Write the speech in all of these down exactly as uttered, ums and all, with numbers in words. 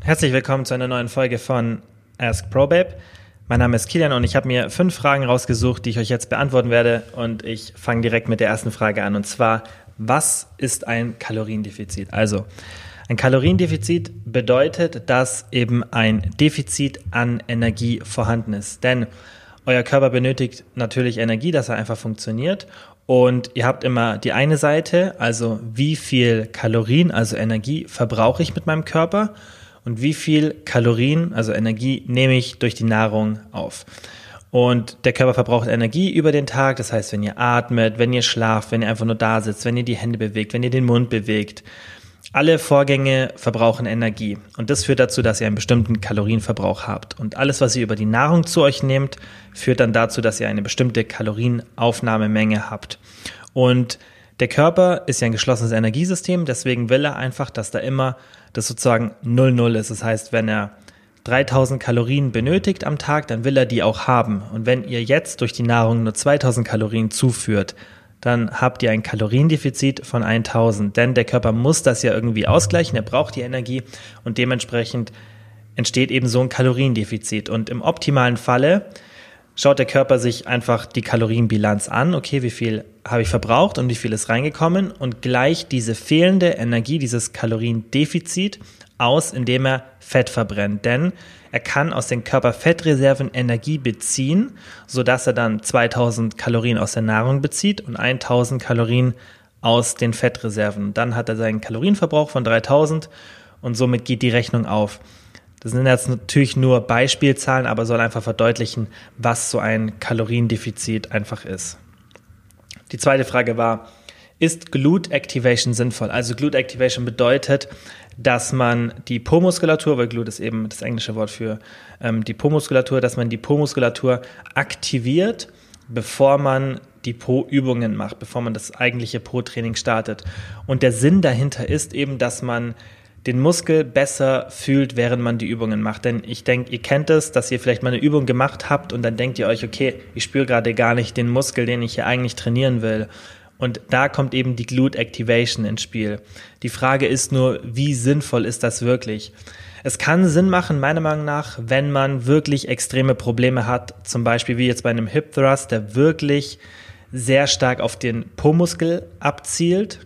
Herzlich willkommen zu einer neuen Folge von Ask ProBabe. Mein Name ist Kilian und ich habe mir fünf Fragen rausgesucht, die ich euch jetzt beantworten werde. Und ich fange direkt mit der ersten Frage an. Und zwar, was ist ein Kaloriendefizit? Also, ein Kaloriendefizit bedeutet, dass eben ein Defizit an Energie vorhanden ist. Denn euer Körper benötigt natürlich Energie, dass er einfach funktioniert. Und ihr habt immer die eine Seite, also wie viel Kalorien, also Energie, verbrauche ich mit meinem Körper und wie viel Kalorien, also Energie, nehme ich durch die Nahrung auf. Und der Körper verbraucht Energie über den Tag, das heißt, wenn ihr atmet, wenn ihr schlaft, wenn ihr einfach nur da sitzt, wenn ihr die Hände bewegt, wenn ihr den Mund bewegt. Alle Vorgänge verbrauchen Energie und das führt dazu, dass ihr einen bestimmten Kalorienverbrauch habt. Und alles, was ihr über die Nahrung zu euch nehmt, führt dann dazu, dass ihr eine bestimmte Kalorienaufnahmemenge habt. Und der Körper ist ja ein geschlossenes Energiesystem, deswegen will er einfach, dass da immer das sozusagen null null ist. Das heißt, wenn er dreitausend Kalorien benötigt am Tag, dann will er die auch haben. Und wenn ihr jetzt durch die Nahrung nur zweitausend Kalorien zuführt, dann habt ihr ein Kaloriendefizit von tausend. Denn der Körper muss das ja irgendwie ausgleichen, er braucht die Energie und dementsprechend entsteht eben so ein Kaloriendefizit. Und im optimalen Falle schaut der Körper sich einfach die Kalorienbilanz an, okay, wie viel habe ich verbraucht und wie viel ist reingekommen und gleicht diese fehlende Energie, dieses Kaloriendefizit aus, indem er Fett verbrennt. Denn er kann aus den Körperfettreserven Energie beziehen, sodass er dann zweitausend Kalorien aus der Nahrung bezieht und tausend Kalorien aus den Fettreserven. Dann hat er seinen Kalorienverbrauch von dreitausend und somit geht die Rechnung auf. Das sind jetzt natürlich nur Beispielzahlen, aber soll einfach verdeutlichen, was so ein Kaloriendefizit einfach ist. Die zweite Frage war, ist Glute Activation sinnvoll? Also Glute Activation bedeutet, dass man die Po-Muskulatur, weil Glute ist eben das englische Wort für ähm, die Po-Muskulatur, dass man die Po-Muskulatur aktiviert, bevor man die Po-Übungen macht, bevor man das eigentliche Po-Training startet. Und der Sinn dahinter ist eben, dass man den Muskel besser fühlt, während man die Übungen macht. Denn ich denke, ihr kennt es, dass ihr vielleicht mal eine Übung gemacht habt und dann denkt ihr euch, okay, ich spüre gerade gar nicht den Muskel, den ich hier eigentlich trainieren will. Und da kommt eben die Glute Activation ins Spiel. Die Frage ist nur, wie sinnvoll ist das wirklich? Es kann Sinn machen, meiner Meinung nach, wenn man wirklich extreme Probleme hat, zum Beispiel wie jetzt bei einem Hip Thrust, der wirklich sehr stark auf den Po-Muskel abzielt.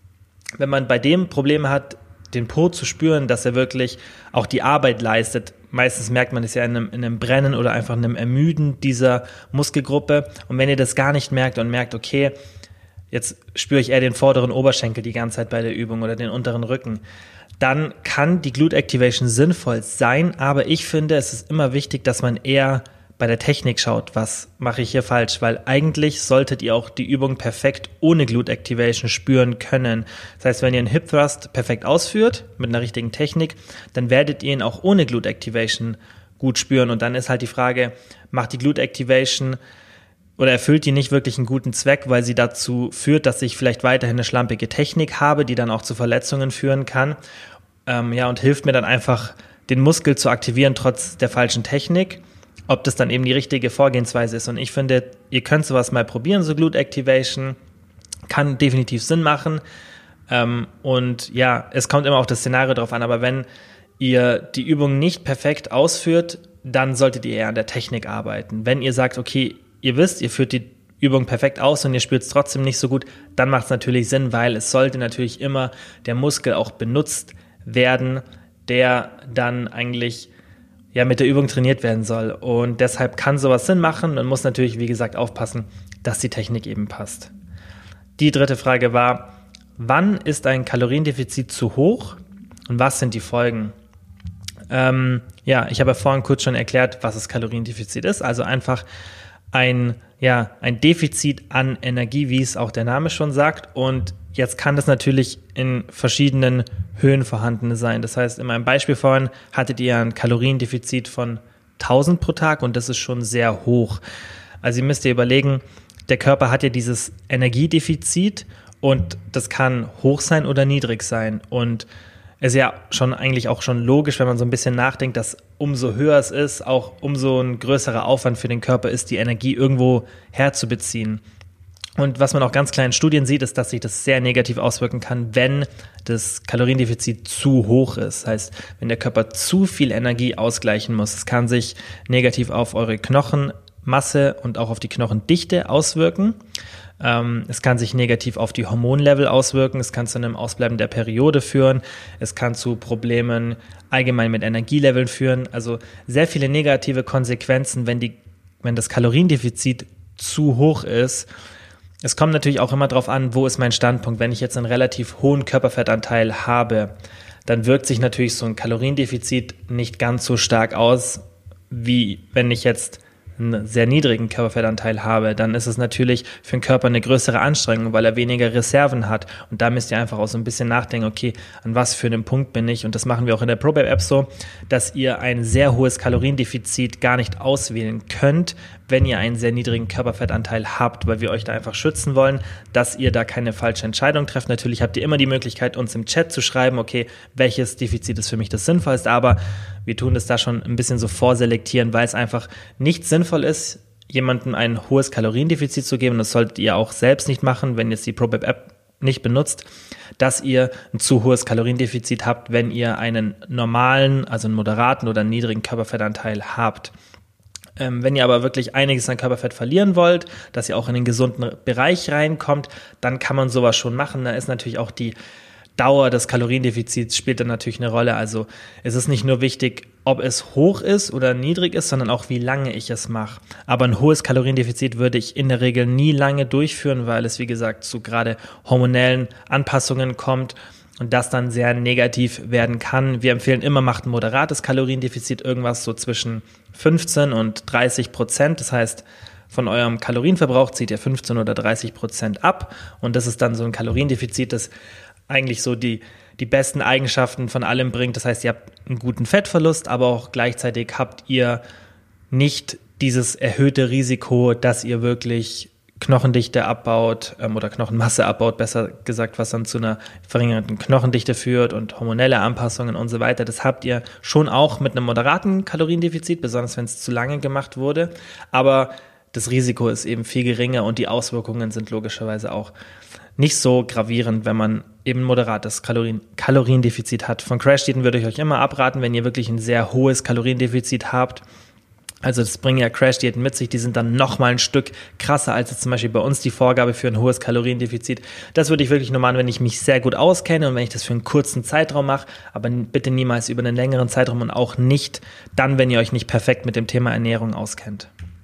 Wenn man bei dem Probleme hat, den Po zu spüren, dass er wirklich auch die Arbeit leistet. Meistens merkt man es ja in einem, in einem Brennen oder einfach in einem Ermüden dieser Muskelgruppe. Und wenn ihr das gar nicht merkt und merkt, okay, jetzt spüre ich eher den vorderen Oberschenkel die ganze Zeit bei der Übung oder den unteren Rücken, dann kann die Glute Activation sinnvoll sein, aber ich finde, es ist immer wichtig, dass man eher bei der Technik schaut, was mache ich hier falsch, weil eigentlich solltet ihr auch die Übung perfekt ohne Glute Activation spüren können. Das heißt, wenn ihr einen Hip Thrust perfekt ausführt, mit einer richtigen Technik, dann werdet ihr ihn auch ohne Glute Activation gut spüren und dann ist halt die Frage, macht die Glute Activation oder erfüllt die nicht wirklich einen guten Zweck, weil sie dazu führt, dass ich vielleicht weiterhin eine schlampige Technik habe, die dann auch zu Verletzungen führen kann. Ähm, ja, und hilft mir dann einfach, den Muskel zu aktivieren, trotz der falschen Technik, ob das dann eben die richtige Vorgehensweise ist. Und ich finde, ihr könnt sowas mal probieren, so Glute Activation, kann definitiv Sinn machen. Ähm, und ja, es kommt immer auf das Szenario drauf an, aber wenn ihr die Übung nicht perfekt ausführt, dann solltet ihr eher an der Technik arbeiten. Wenn ihr sagt, okay, ihr wisst, ihr führt die Übung perfekt aus und ihr spürt es trotzdem nicht so gut, dann macht es natürlich Sinn, weil es sollte natürlich immer der Muskel auch benutzt werden, der dann eigentlich ja mit der Übung trainiert werden soll. Und deshalb kann sowas Sinn machen. Man muss natürlich, wie gesagt, aufpassen, dass die Technik eben passt. Die dritte Frage war, wann ist ein Kaloriendefizit zu hoch und was sind die Folgen? Ähm, ja, ich habe ja vorhin kurz schon erklärt, was das Kaloriendefizit ist. Also einfach ein, ja, ein Defizit an Energie, wie es auch der Name schon sagt. Und jetzt kann das natürlich in verschiedenen Höhen vorhanden sein. Das heißt, in meinem Beispiel vorhin hattet ihr ein Kaloriendefizit von tausend pro Tag und das ist schon sehr hoch. Also ihr müsst ihr überlegen, der Körper hat ja dieses Energiedefizit und das kann hoch sein oder niedrig sein. Und es ist ja schon eigentlich auch schon logisch, wenn man so ein bisschen nachdenkt, dass umso höher es ist, auch umso ein größerer Aufwand für den Körper ist, die Energie irgendwo herzubeziehen. Und was man auch ganz klar in Studien sieht, ist, dass sich das sehr negativ auswirken kann, wenn das Kaloriendefizit zu hoch ist. Das heißt, wenn der Körper zu viel Energie ausgleichen muss. Es kann sich negativ auf eure Knochenmasse und auch auf die Knochendichte auswirken. Ähm, es kann sich negativ auf die Hormonlevel auswirken. Es kann zu einem Ausbleiben der Periode führen. Es kann zu Problemen allgemein mit Energieleveln führen. Also sehr viele negative Konsequenzen, wenn die, wenn das Kaloriendefizit zu hoch ist. Es kommt natürlich auch immer darauf an, wo ist mein Standpunkt. Wenn ich jetzt einen relativ hohen Körperfettanteil habe, dann wirkt sich natürlich so ein Kaloriendefizit nicht ganz so stark aus, wie wenn ich jetzt einen sehr niedrigen Körperfettanteil habe. Dann ist es natürlich für den Körper eine größere Anstrengung, weil er weniger Reserven hat. Und da müsst ihr einfach auch so ein bisschen nachdenken, okay, an was für einem Punkt bin ich? Und das machen wir auch in der ProBab-App so, dass ihr ein sehr hohes Kaloriendefizit gar nicht auswählen könnt, wenn ihr einen sehr niedrigen Körperfettanteil habt, weil wir euch da einfach schützen wollen, dass ihr da keine falsche Entscheidung trefft. Natürlich habt ihr immer die Möglichkeit, uns im Chat zu schreiben, okay, welches Defizit ist für mich das Sinnvollste, aber wir tun das da schon ein bisschen so vorselektieren, weil es einfach nicht sinnvoll ist, jemandem ein hohes Kaloriendefizit zu geben. Das solltet ihr auch selbst nicht machen, wenn ihr jetzt die ProBab-App nicht benutzt, dass ihr ein zu hohes Kaloriendefizit habt, wenn ihr einen normalen, also einen moderaten oder einen niedrigen Körperfettanteil habt. Ähm, wenn ihr aber wirklich einiges an Körperfett verlieren wollt, dass ihr auch in den gesunden Bereich reinkommt, dann kann man sowas schon machen. Da ist natürlich auch die Dauer des Kaloriendefizits spielt dann natürlich eine Rolle. Also es ist nicht nur wichtig, ob es hoch ist oder niedrig ist, sondern auch, wie lange ich es mache. Aber ein hohes Kaloriendefizit würde ich in der Regel nie lange durchführen, weil es, wie gesagt, zu gerade hormonellen Anpassungen kommt und das dann sehr negativ werden kann. Wir empfehlen immer, macht ein moderates Kaloriendefizit, irgendwas so zwischen fünfzehn und dreißig Prozent. Das heißt, von eurem Kalorienverbrauch zieht ihr fünfzehn oder dreißig Prozent ab und das ist dann so ein Kaloriendefizit, das eigentlich so die, die besten Eigenschaften von allem bringt. Das heißt, ihr habt einen guten Fettverlust, aber auch gleichzeitig habt ihr nicht dieses erhöhte Risiko, dass ihr wirklich Knochendichte abbaut ähm, oder Knochenmasse abbaut, besser gesagt, was dann zu einer verringerten Knochendichte führt und hormonelle Anpassungen und so weiter. Das habt ihr schon auch mit einem moderaten Kaloriendefizit, besonders wenn es zu lange gemacht wurde. Aber das Risiko ist eben viel geringer und die Auswirkungen sind logischerweise auch nicht so gravierend, wenn man eben moderates Kalorien, Kaloriendefizit hat. Von Crash-Diäten würde ich euch immer abraten, wenn ihr wirklich ein sehr hohes Kaloriendefizit habt. Also das bringen ja Crash-Diäten mit sich, die sind dann nochmal ein Stück krasser als jetzt zum Beispiel bei uns die Vorgabe für ein hohes Kaloriendefizit. Das würde ich wirklich nur machen, wenn ich mich sehr gut auskenne und wenn ich das für einen kurzen Zeitraum mache, aber bitte niemals über einen längeren Zeitraum und auch nicht dann, wenn ihr euch nicht perfekt mit dem Thema Ernährung auskennt.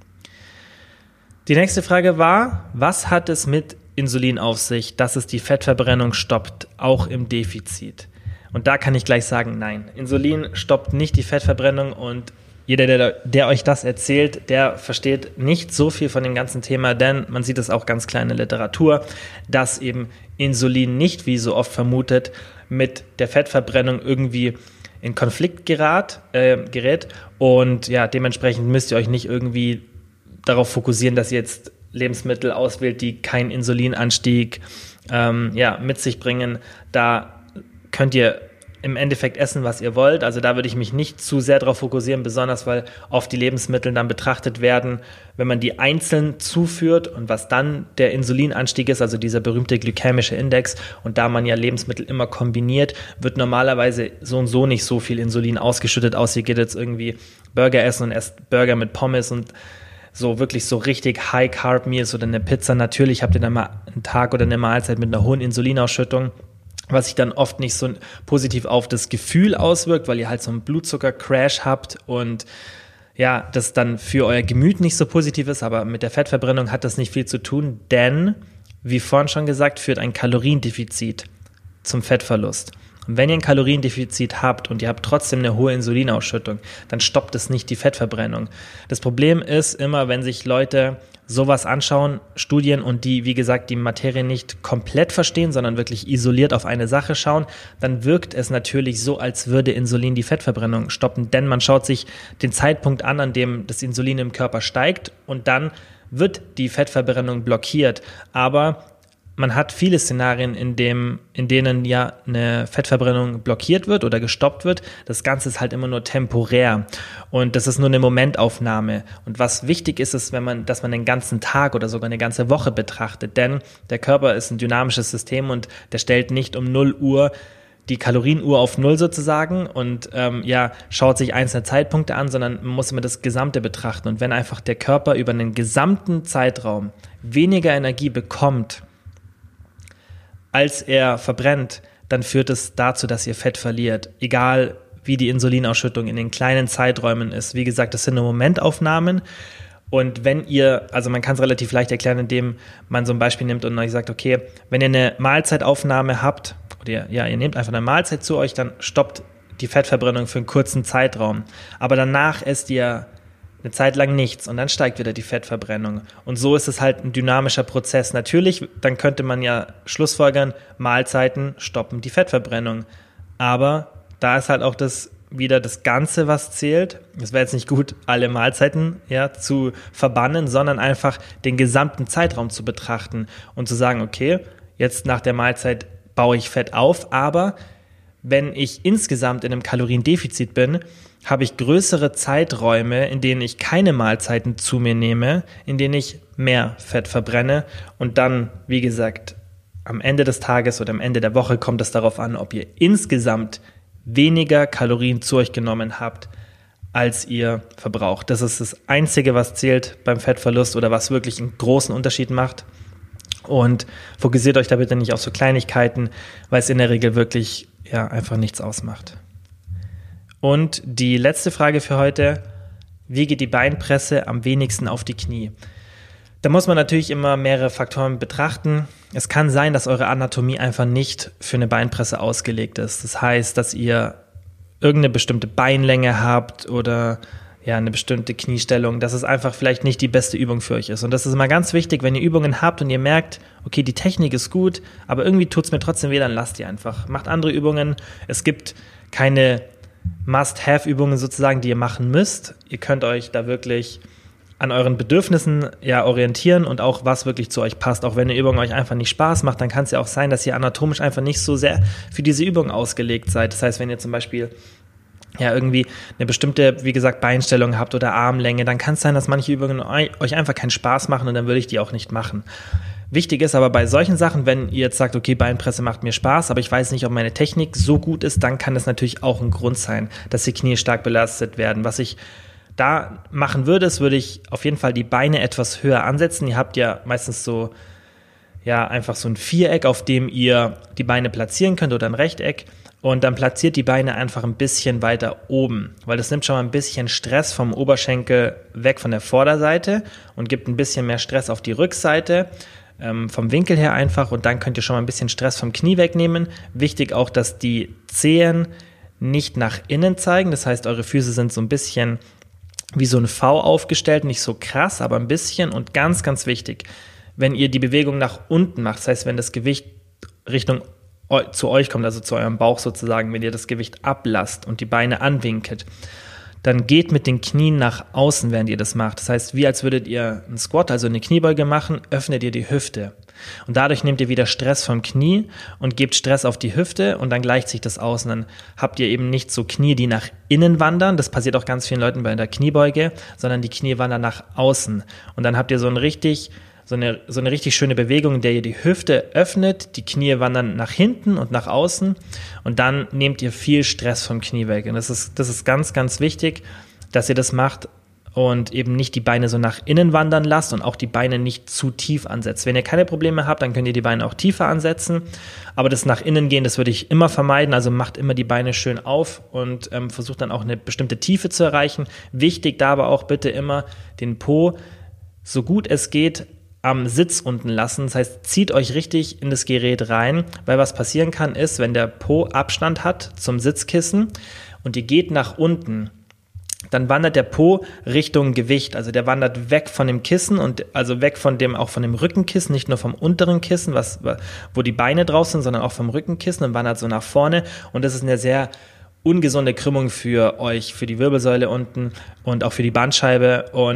Die nächste Frage war, was hat es mit Insulin auf sich, dass es die Fettverbrennung stoppt, auch im Defizit? Und da kann ich gleich sagen, nein. Insulin stoppt nicht die Fettverbrennung und jeder, der, der euch das erzählt, der versteht nicht so viel von dem ganzen Thema, denn man sieht es auch ganz klar in der Literatur, dass eben Insulin nicht, wie so oft vermutet, mit der Fettverbrennung irgendwie in Konflikt gerat, äh, gerät und ja, dementsprechend müsst ihr euch nicht irgendwie darauf fokussieren, dass ihr jetzt Lebensmittel auswählt, die keinen Insulinanstieg ähm, ja, mit sich bringen. Da könnt ihr im Endeffekt essen, was ihr wollt. Also da würde ich mich nicht zu sehr darauf fokussieren, besonders weil oft die Lebensmittel dann betrachtet werden, wenn man die einzeln zuführt und was dann der Insulinanstieg ist, also dieser berühmte glykämische Index. Und da man ja Lebensmittel immer kombiniert, wird normalerweise so und so nicht so viel Insulin ausgeschüttet, außer ihr geht jetzt irgendwie Burger essen und esst Burger mit Pommes und so wirklich so richtig High-Carb-Meals oder eine Pizza. Natürlich habt ihr dann mal einen Tag oder eine Mahlzeit mit einer hohen Insulinausschüttung, was sich dann oft nicht so positiv auf das Gefühl auswirkt, weil ihr halt so einen Blutzucker-Crash habt und ja, das dann für euer Gemüt nicht so positiv ist, aber mit der Fettverbrennung hat das nicht viel zu tun, denn, wie vorhin schon gesagt, führt ein Kaloriendefizit zum Fettverlust. Und wenn ihr ein Kaloriendefizit habt und ihr habt trotzdem eine hohe Insulinausschüttung, dann stoppt es nicht die Fettverbrennung. Das Problem ist immer, wenn sich Leute sowas anschauen, Studien und die, wie gesagt, die Materie nicht komplett verstehen, sondern wirklich isoliert auf eine Sache schauen, dann wirkt es natürlich so, als würde Insulin die Fettverbrennung stoppen, denn man schaut sich den Zeitpunkt an, an dem das Insulin im Körper steigt und dann wird die Fettverbrennung blockiert, aber man hat viele Szenarien, in, dem, in denen ja eine Fettverbrennung blockiert wird oder gestoppt wird. Das Ganze ist halt immer nur temporär und das ist nur eine Momentaufnahme. Und was wichtig ist, ist, wenn man, dass man den ganzen Tag oder sogar eine ganze Woche betrachtet, denn der Körper ist ein dynamisches System und der stellt nicht um null Uhr die Kalorienuhr auf Null sozusagen und ähm, ja, schaut sich einzelne Zeitpunkte an, sondern man muss immer das Gesamte betrachten. Und wenn einfach der Körper über einen gesamten Zeitraum weniger Energie bekommt, als er verbrennt, dann führt es dazu, dass ihr Fett verliert. Egal, wie die Insulinausschüttung in den kleinen Zeiträumen ist. Wie gesagt, das sind nur Momentaufnahmen. Und wenn ihr, also man kann es relativ leicht erklären, indem man so ein Beispiel nimmt und euch sagt, okay, wenn ihr eine Mahlzeitaufnahme habt, oder ihr, ja, ihr nehmt einfach eine Mahlzeit zu euch, dann stoppt die Fettverbrennung für einen kurzen Zeitraum. Aber danach esst ihr eine Zeit lang nichts und dann steigt wieder die Fettverbrennung. Und so ist es halt ein dynamischer Prozess. Natürlich, dann könnte man ja schlussfolgern, Mahlzeiten stoppen die Fettverbrennung. Aber da ist halt auch das wieder das Ganze, was zählt. Es wäre jetzt nicht gut, alle Mahlzeiten ja, zu verbannen, sondern einfach den gesamten Zeitraum zu betrachten und zu sagen, okay, jetzt nach der Mahlzeit baue ich Fett auf, aber wenn ich insgesamt in einem Kaloriendefizit bin, habe ich größere Zeiträume, in denen ich keine Mahlzeiten zu mir nehme, in denen ich mehr Fett verbrenne und dann, wie gesagt, am Ende des Tages oder am Ende der Woche kommt es darauf an, ob ihr insgesamt weniger Kalorien zu euch genommen habt, als ihr verbraucht. Das ist das Einzige, was zählt beim Fettverlust oder was wirklich einen großen Unterschied macht. Und fokussiert euch da bitte nicht auf so Kleinigkeiten, weil es in der Regel wirklich ja, einfach nichts ausmacht. Und die letzte Frage für heute: Wie geht die Beinpresse am wenigsten auf die Knie? Da muss man natürlich immer mehrere Faktoren betrachten. Es kann sein, dass eure Anatomie einfach nicht für eine Beinpresse ausgelegt ist. Das heißt, dass ihr irgendeine bestimmte Beinlänge habt oder ja, eine bestimmte Kniestellung, dass es einfach vielleicht nicht die beste Übung für euch ist. Und das ist immer ganz wichtig, wenn ihr Übungen habt und ihr merkt, okay, die Technik ist gut, aber irgendwie tut es mir trotzdem weh, dann lasst ihr einfach. Macht andere Übungen. Es gibt keine Must-Have-Übungen sozusagen, die ihr machen müsst. Ihr könnt euch da wirklich an euren Bedürfnissen ja orientieren und auch was wirklich zu euch passt. Auch wenn eine Übung euch einfach nicht Spaß macht, dann kann es ja auch sein, dass ihr anatomisch einfach nicht so sehr für diese Übung ausgelegt seid. Das heißt, wenn ihr zum Beispiel ja irgendwie eine bestimmte, wie gesagt, Beinstellung habt oder Armlänge, dann kann es sein, dass manche Übungen euch einfach keinen Spaß machen und dann würde ich die auch nicht machen. Wichtig ist aber bei solchen Sachen, wenn ihr jetzt sagt, okay, Beinpresse macht mir Spaß, aber ich weiß nicht, ob meine Technik so gut ist, dann kann das natürlich auch ein Grund sein, dass die Knie stark belastet werden. Was ich da machen würde, ist, würde ich auf jeden Fall die Beine etwas höher ansetzen. Ihr habt ja meistens so, ja, einfach so ein Viereck, auf dem ihr die Beine platzieren könnt oder ein Rechteck. Und dann platziert die Beine einfach ein bisschen weiter oben, weil das nimmt schon mal ein bisschen Stress vom Oberschenkel weg von der Vorderseite und gibt ein bisschen mehr Stress auf die Rückseite, ähm, vom Winkel her einfach. Und dann könnt ihr schon mal ein bisschen Stress vom Knie wegnehmen. Wichtig auch, dass die Zehen nicht nach innen zeigen. Das heißt, eure Füße sind so ein bisschen wie so ein V aufgestellt, nicht so krass, aber ein bisschen. Und ganz, ganz wichtig, wenn ihr die Bewegung nach unten macht, das heißt, wenn das Gewicht Richtung zu euch kommt, also zu eurem Bauch sozusagen, wenn ihr das Gewicht ablasst und die Beine anwinkelt, dann geht mit den Knien nach außen, während ihr das macht. Das heißt, wie als würdet ihr einen Squat, also eine Kniebeuge machen, öffnet ihr die Hüfte. Und dadurch nehmt ihr wieder Stress vom Knie und gebt Stress auf die Hüfte und dann gleicht sich das aus. Und dann habt ihr eben nicht so Knie, die nach innen wandern. Das passiert auch ganz vielen Leuten bei der Kniebeuge, sondern die Knie wandern nach außen. Und dann habt ihr so ein richtig So eine, so eine richtig schöne Bewegung, in der ihr die Hüfte öffnet, die Knie wandern nach hinten und nach außen und dann nehmt ihr viel Stress vom Knie weg. Und das ist, das ist ganz, ganz wichtig, dass ihr das macht und eben nicht die Beine so nach innen wandern lasst und auch die Beine nicht zu tief ansetzt. Wenn ihr keine Probleme habt, dann könnt ihr die Beine auch tiefer ansetzen, aber das nach innen gehen, das würde ich immer vermeiden, also macht immer die Beine schön auf und ähm, versucht dann auch eine bestimmte Tiefe zu erreichen. Wichtig da aber auch bitte immer den Po, so gut es geht, am Sitz unten lassen. Das heißt, zieht euch richtig in das Gerät rein, weil was passieren kann ist, wenn der Po Abstand hat zum Sitzkissen und ihr geht nach unten, dann wandert der Po Richtung Gewicht. Also der wandert weg von dem Kissen und also weg von dem, auch von dem Rückenkissen, nicht nur vom unteren Kissen, was, wo die Beine drauf sind, sondern auch vom Rückenkissen und wandert so nach vorne. Und das ist eine sehr ungesunde Krümmung für euch, für die Wirbelsäule unten und auch für die Bandscheibe. Und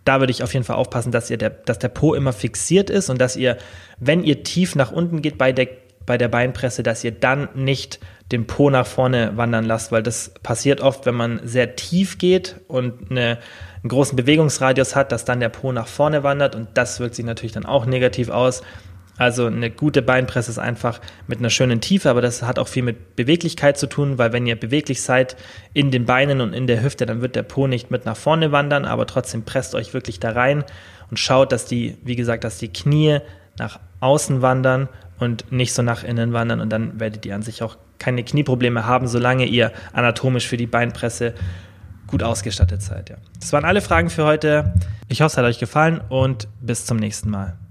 da würde ich auf jeden Fall aufpassen, dass ihr der, dass der Po immer fixiert ist und dass ihr, wenn ihr tief nach unten geht bei der, bei der Beinpresse, dass ihr dann nicht den Po nach vorne wandern lasst, weil das passiert oft, wenn man sehr tief geht und eine, einen großen Bewegungsradius hat, dass dann der Po nach vorne wandert und das wirkt sich natürlich dann auch negativ aus. Also eine gute Beinpresse ist einfach mit einer schönen Tiefe, aber das hat auch viel mit Beweglichkeit zu tun, weil wenn ihr beweglich seid in den Beinen und in der Hüfte, dann wird der Po nicht mit nach vorne wandern, aber trotzdem presst euch wirklich da rein und schaut, dass die, wie gesagt, dass die Knie nach außen wandern und nicht so nach innen wandern und dann werdet ihr an sich auch keine Knieprobleme haben, solange ihr anatomisch für die Beinpresse gut ausgestattet seid. Ja. Das waren alle Fragen für heute. Ich hoffe, es hat euch gefallen und bis zum nächsten Mal.